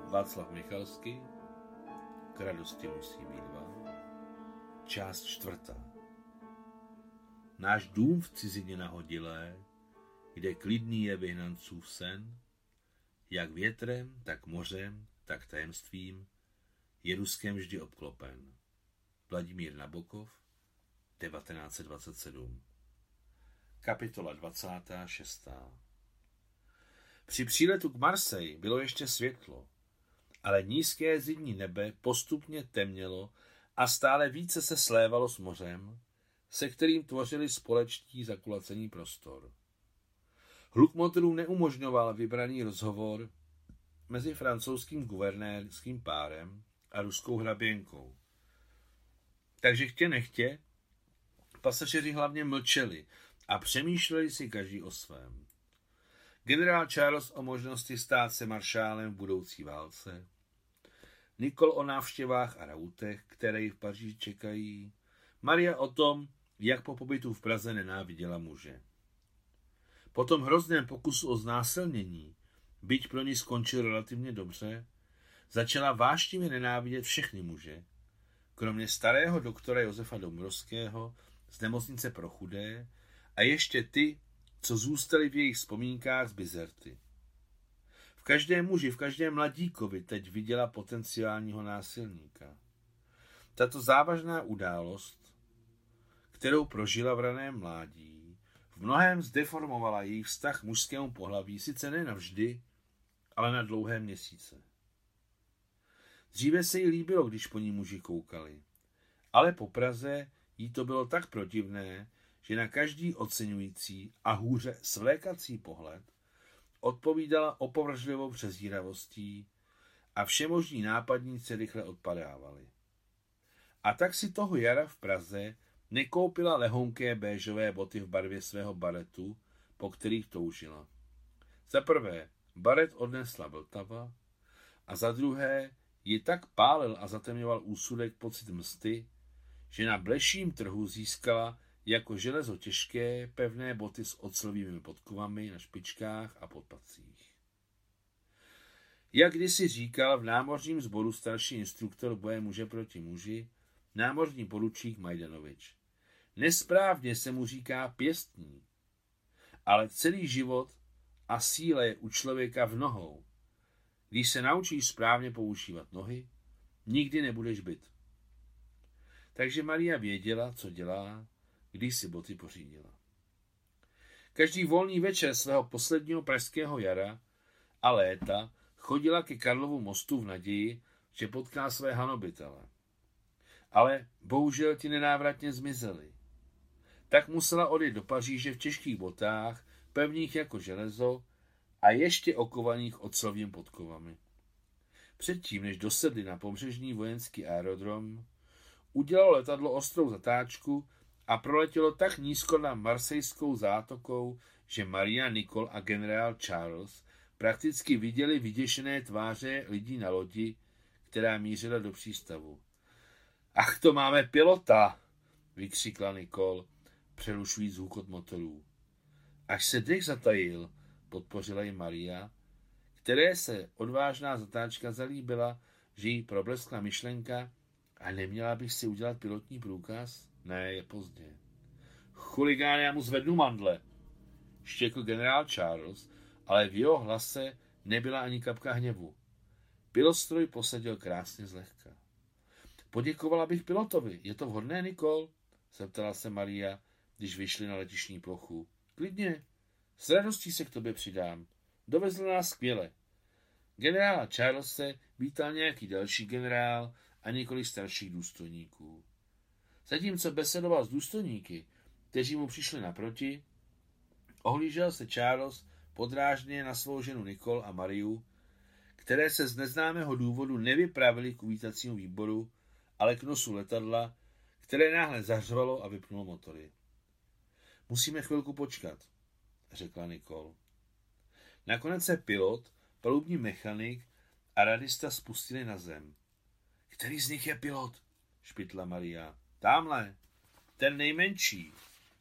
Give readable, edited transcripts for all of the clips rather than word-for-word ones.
Václav Michalský, K radosti musí být vám. Část 4. Náš dům v cizině nahodilé, kde klidný je vyhnancův sen, jak větrem, tak mořem, tak tajemstvím, je Ruskem vždy obklopen. Vladimír Nabokov, 1927. Kapitola 26. Při příletu k Marseille bylo ještě světlo, ale nízké zimní nebe postupně temnělo a stále více se slévalo s mořem, se kterým tvořili společný zakulacený prostor. Hluk motorů neumožňoval vybraný rozhovor mezi francouzským guvernérským párem a ruskou hraběnkou. Takže chtě nechtě, pasažeři hlavně mlčeli a přemýšleli si každý o svém. Generál Charles o možnosti stát se maršálem v budoucí válce, Nicole o návštěvách a rautech, které ji v Paříži čekají, Maria o tom, jak po pobytu v Praze nenáviděla muže. Po tom hrozném pokusu o znásilnění, byť pro ní skončil relativně dobře, začala vášnivě nenávidět všechny muže, kromě starého doktora Josefa Dombrovského z nemocnice pro chudé a ještě ty, co zůstali v jejich vzpomínkách z Bizerty. V každém muži, v každém mladíkovi teď viděla potenciálního násilníka. Tato závažná událost, kterou prožila v raném mládí, v mnohém zdeformovala její vztah k mužskému pohlaví, sice ne navždy, ale na dlouhé měsíce. Dříve se jí líbilo, když po ní muži koukali, ale po Praze jí to bylo tak protivné, že na každý oceňující a hůře svlékací pohled odpovídala opovržlivou přezíravostí a všemožní nápadníci rychle odpadávali. A tak si toho jara v Praze nekoupila lehonké béžové boty v barvě svého baretu, po kterých toužila. Za prvé, baret odnesla Vltava a za druhé ji tak pálil a zatemňoval úsudek pocit msty, že na bleším trhu získala jako železo těžké, pevné boty s ocelovými podkovami na špičkách a podpatcích. Jak kdysi říkal v námořním sboru starší instruktor boje muže proti muži, námořní poručík Majdanovič. Nesprávně se mu říká pěstní, ale celý život a síla je u člověka v nohou. Když se naučíš správně používat nohy, nikdy nebudeš byt. Takže Maria věděla, co dělá, když si boty pořídila. Každý volný večer svého posledního pražského jara a léta chodila ke Karlovu mostu v naději, že potká své hanobitele. Ale bohužel ti nenávratně zmizeli. Tak musela odjít do Paříže v těžkých botách, pevných jako železo a ještě okovaných ocelovými podkovami. Předtím, než dosedli na pobřežní vojenský aerodrom, udělalo letadlo ostrou zatáčku a proletělo tak nízko nad marsejskou zátokou, že Maria, Nicole a generál Charles prakticky viděli vyděšené tváře lidí na lodi, která mířila do přístavu. Ach, to máme pilota, vykřikla Nicole, přerušujíc hůkot motorů. Až se dech zatajil, podpořila ji Maria, které se odvážná zatáčka zalíbila, že jí probleskla myšlenka a neměla bych si udělat pilotní průkaz? Ne, je pozdě. Chuligán, já mu zvednu mandle, štěkl generál Charles, ale v jeho hlase nebyla ani kapka hněvu. Pilotstroj posadil krásně zlehka. Poděkovala bych pilotovi. Je to vhodné, Nicole? Zeptala se Maria, když vyšli na letištní plochu. Klidně. S radostí se k tobě přidám. Dovezl nás skvěle. Generála Charlese vítal nějaký další generál a několik starších důstojníků. Zatímco besedoval s důstojníky, kteří mu přišli naproti, ohlížel se Charles podrážně na svou ženu Nicole a Mariu, které se z neznámého důvodu nevypravili k uvítacímu výboru, ale k nosu letadla, které náhle zařvalo a vypnulo motory. Musíme chvilku počkat, řekla Nicole. Nakonec se pilot, palubní mechanik a radista spustili na zem. Který z nich je pilot? Špitla Maria. Támhle, ten nejmenší.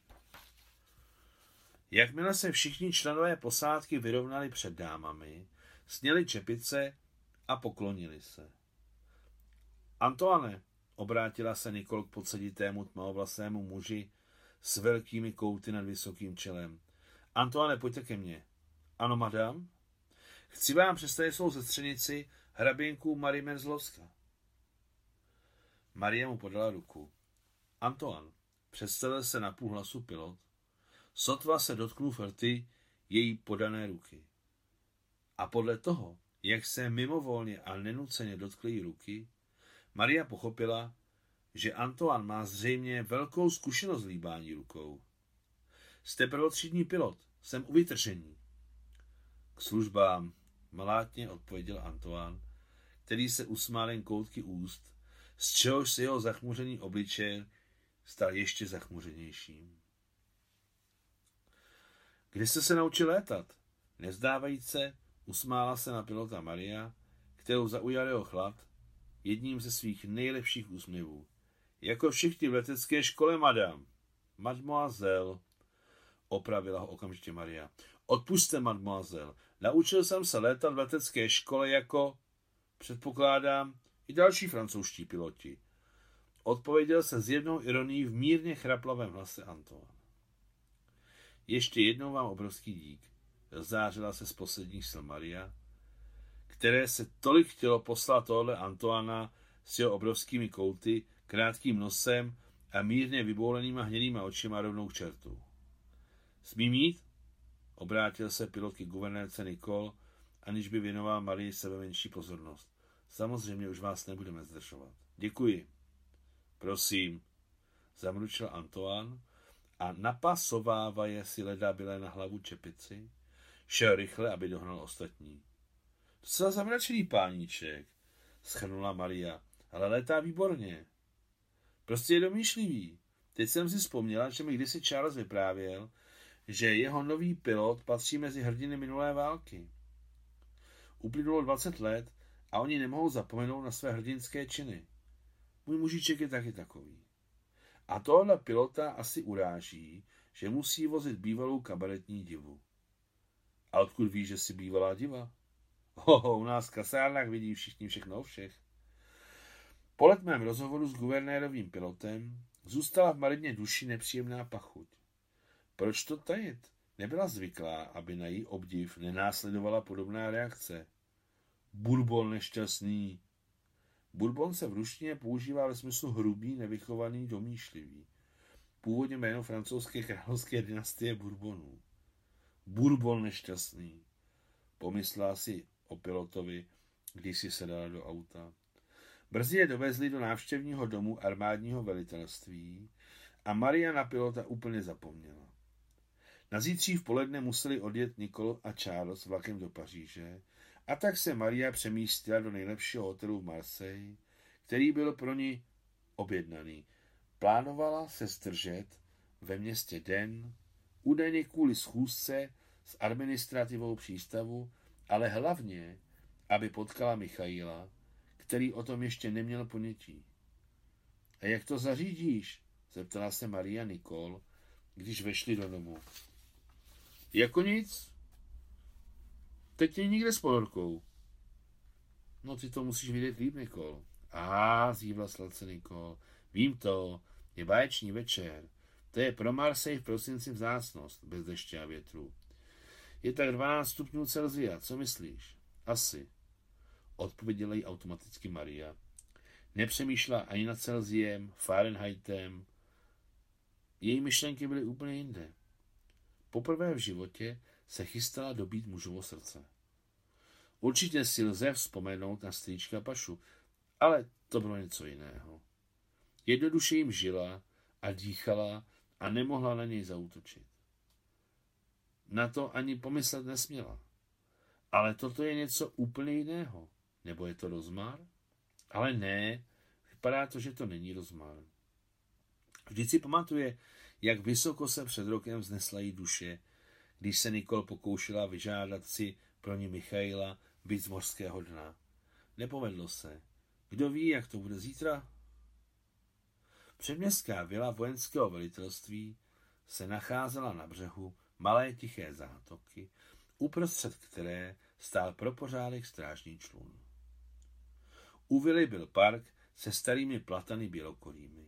Jakmile se všichni členové posádky vyrovnali před dámami, sněli čepice a poklonili se. Antoine, obrátila se Nicole k podseditému tmavovlasému muži s velkými kouty nad vysokým čelem. Antoine, pojďte ke mně. Ano, madam? Chci vám představit svou sestřenici, hraběnku Marie Merzlovská. Marie mu podala ruku. Antoine, představil se na půl hlasu pilot, sotva se dotknul rty její podané ruky. A podle toho, jak se mimovolně a nenuceně dotkly jí ruky, Maria pochopila, že Antoine má zřejmě velkou zkušenost líbání rukou. Jste prvotřídní pilot, jsem u vytržení. K službám, malátně odpověděl Antoine, který se usmál jen koutky úst, z čehož se jeho zachmuřený obličej stal ještě zachmuřenějším. Kde jste se naučil létat? Nevzdávajíc se, usmála se na pilota Maria, kterou zaujal jeho chlad, jedním ze svých nejlepších úsměvů. Jako všichni v letecké škole, madam. Mademoiselle, opravila ho okamžitě Maria. Odpusťte, mademoiselle. Naučil jsem se létat v letecké škole jako, předpokládám, i další francouzští piloti. Odpověděl se s jednou ironií v mírně chraplavém hlase Antoine. Ještě jednou vám obrovský dík. Zářila se z posledních sil Maria, které se tolik chtělo poslat tohle Antoana s jeho obrovskými kouty, krátkým nosem a mírně vyboulenýma hnědýma očima rovnou k čertu. Smím jít? Obrátil se pilot k guvernérce Nicole, aniž by věnoval Marii sebe menší pozornost. Samozřejmě už vás nebudeme zdržovat. Děkuji. Prosím, zamručil Antoine a napasovávaje si ledabyle na hlavu čepici, šel rychle, aby dohnal ostatní. Docela zamračený páníček, shrnula Maria, ale létá výborně. Prostě je domýšlivý. Teď jsem si vzpomněla, že mi kdysi Charles vyprávěl, že jeho nový pilot patří mezi hrdiny minulé války. Uplynulo 20 let a oni nemohou zapomenout na své hrdinské činy. Můj mužiček je taky takový. A tohle pilota asi uráží, že musí vozit bývalou kabaretní divu. A odkud víš, že jsi bývalá diva? U nás v kasárnách vidí všichni všechno o všech. Po letmém rozhovoru s guvernérovým pilotem zůstala v Marině duši nepříjemná pachuť. Proč to tajit? Nebyla zvyklá, aby na její obdiv nenásledovala podobná reakce. Bourbon nešťastný. Bourbon se v ruštině používá ve smyslu hrubý, nevychovaný, domýšlivý. Původně jméno francouzské královské dynastie Bourbonů. Bourbon nešťastný. Pomyslela si o pilotovi, když si sedala do auta. Brzy je dovezli do návštěvního domu armádního velitelství a Maria na pilota úplně zapomněla. Na zítří v poledne museli odjet Nicole a Charles vlakem do Paříže a tak se Maria přemístila do nejlepšího hotelu v Marseille, který byl pro ní objednaný. Plánovala se zdržet ve městě den, údajně kvůli schůzce s administrativou přístavu, ale hlavně, aby potkala Michaila, který o tom ještě neměl ponětí. A jak to zařídíš? Zeptala se Maria Nicole, když vešli do domu. Jako nic. Teď je nikde s ponorkou. No ty to musíš vidět líp, Nicole. Zívla sladce Nicole. Vím to, je báječný večer. To je pro Marseille v prosinci vzácnost, bez deště a větru. Je tak 12 stupňů Celsia, co myslíš? Asi. Odpověděla jí automaticky Maria. Nepřemýšlela ani nad Celsiem, Fahrenheitem. Její myšlenky byly úplně jinde. Poprvé v životě se chystala dobít mužovo srdce. Určitě si lze vzpomenout na strýčka Pašu, ale to bylo něco jiného. Jednoduše jim žila a dýchala a nemohla na něj zaútočit. Na to ani pomyslet nesměla. Ale toto je něco úplně jiného. Nebo je to rozmar? Ale ne, vypadá to, že to není rozmar. Vždyť si pamatuje, jak vysoko se před rokem vznesla jí duše, když se Nicole pokoušela vyžádat si pro ní Michaila být z mořského dna. Nepovedlo se. Kdo ví, jak to bude zítra? Předměstská vila vojenského velitelství se nacházela na břehu malé tiché zátoky, uprostřed které stál pro pořádek strážní člun. U vily byl park se starými platany bělokorými.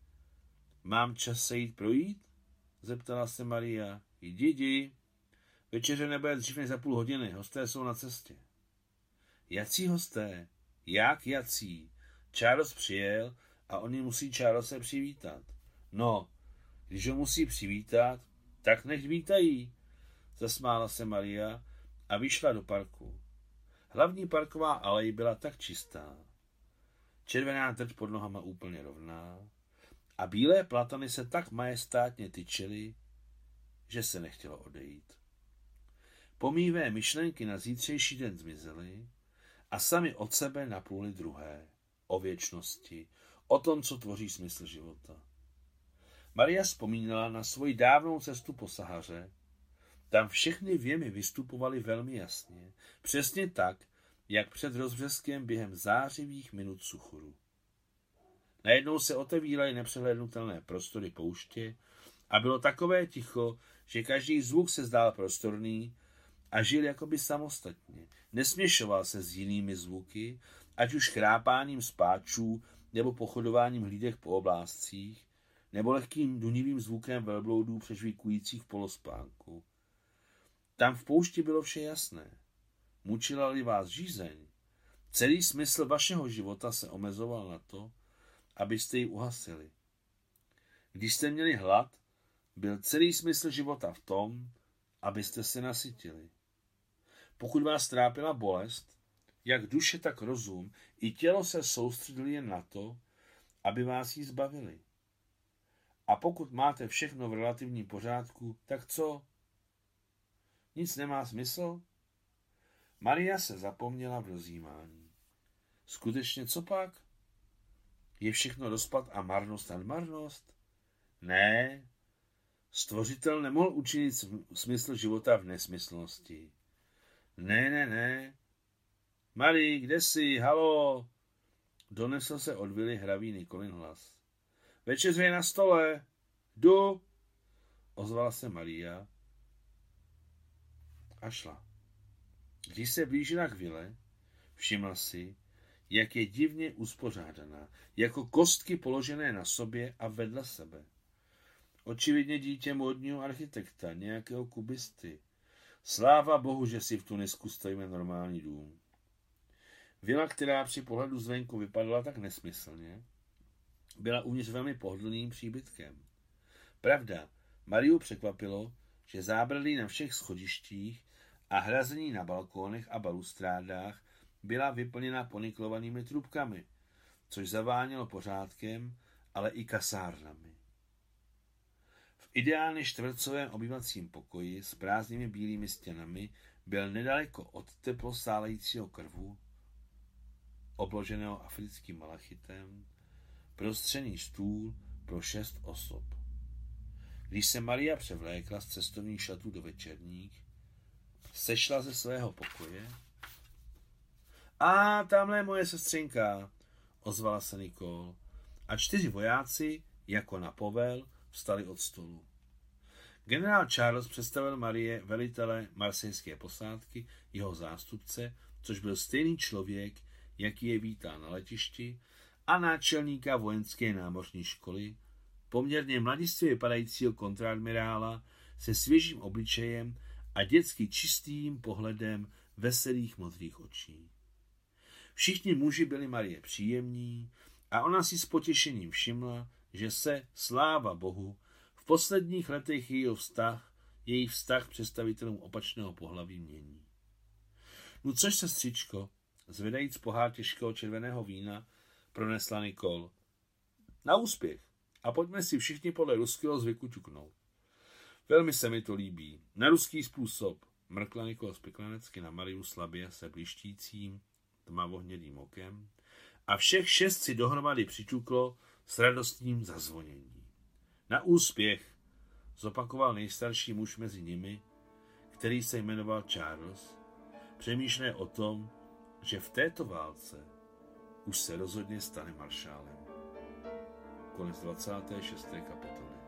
Mám čas se jít projít? Zeptala se Maria. Jdi. Večeře nebude dřív než za půl hodiny, hosté jsou na cestě. Jací hosté? Jak jací? Charles přijel a oni musí Charlese přivítat. No, když ho musí přivítat, tak nech vítají, zasmála se Maria a vyšla do parku. Hlavní parková alej byla tak čistá, červená trť pod nohama úplně rovná a bílé platany se tak majestátně tyčily, že se nechtělo odejít. Pomíjivé myšlenky na zítřejší den zmizely a sami od sebe napluli druhé, o věčnosti, o tom, co tvoří smysl života. Maria vzpomínala na svoji dávnou cestu po Sahaře. Tam všechny věmy vystupovaly velmi jasně, přesně tak, jak před rozbřeskem během zářivých minut suchoru. Najednou se otevíraly nepřehlédnutelné prostory pouště a bylo takové ticho, že každý zvuk se zdál prostorný a žil jakoby samostatně. Nesměšoval se s jinými zvuky, ať už chrápáním spáčů nebo pochodováním hlídek po oblázcích, nebo lehkým dunivým zvukem velbloudů přežvíkujících v polospánku. Tam v poušti bylo vše jasné. Mučila-li vás žízeň, celý smysl vašeho života se omezoval na to, abyste ji uhasili. Když jste měli hlad, byl celý smysl života v tom, abyste se nasytili. Pokud vás trápila bolest, jak duše, tak rozum, i tělo se soustředili jen na to, aby vás jí zbavili. A pokud máte všechno v relativním pořádku, tak co? Nic nemá smysl? Maria se zapomněla v rozjímání. Skutečně co pak? Je všechno rozpad a marnost nad marnost? Ne. Stvořitel nemohl učinit smysl života v nesmyslnosti. Ne. Marie, kde jsi? Halo? Donesl se od vily hravý Nikolin hlas. Večeře je na stole. Jdu. Ozvala se Maria a šla. Když se blížila k vile, všimla si, jak je divně uspořádaná, jako kostky položené na sobě a vedle sebe. Očividně dítě módního architekta, nějakého kubisty. Sláva Bohu, že si v Tunisku stavíme normální dům. Vila, která při pohledu zvenku vypadala tak nesmyslně, byla uvnitř velmi pohodlným příbytkem. Pravda, Mariu překvapilo, že zábradlí na všech schodištích a hrazení na balkónech a balustrádách byla vyplněna poniklovanými trubkami, což zavánělo pořádkem, ale i kasárnami. V ideálně čtvercovém obývacím pokoji s prázdnými bílými stěnami byl nedaleko od teplo sálejícího krvu, obloženého africkým malachitem, prostřený stůl pro 6 osob. Když se Maria převlékla z cestovních šatů do večerních, sešla ze svého pokoje. A tamhle je moje sestřenka, ozvala se Nicole. A 4 vojáci, jako na povel, vstali od stolu. Generál Charles představil Marie velitele marsejské posádky, jeho zástupce, což byl stejný člověk, jaký je vítá na letišti, a náčelníka vojenské námořní školy, poměrně mladistvě vypadajícího kontradmirála se svěžím obličejem a dětsky čistým pohledem veselých modrých očí. Všichni muži byli Marie příjemní a ona si s potěšením všimla, že se, sláva Bohu, v posledních letech její vztah představitelům opačného pohlaví mění. No což, sestřičko, zvedajíc pohár těžkého červeného vína, pronesla Nicole. Na úspěch. A pojďme si všichni podle ruského zvyku ťuknout. Velmi se mi to líbí. Na ruský způsob, mrkla Nicole speklenecky na Mariu slabě se blíštícím tmavohnědým okem a všech 6 si dohromady přiťuklo s radostným zazvoněním. Na úspěch, zopakoval nejstarší muž mezi nimi, který se jmenoval Charles, přemýšlel o tom, že v této válce už se rozhodně stane maršálem. Konec 26. kapitoly.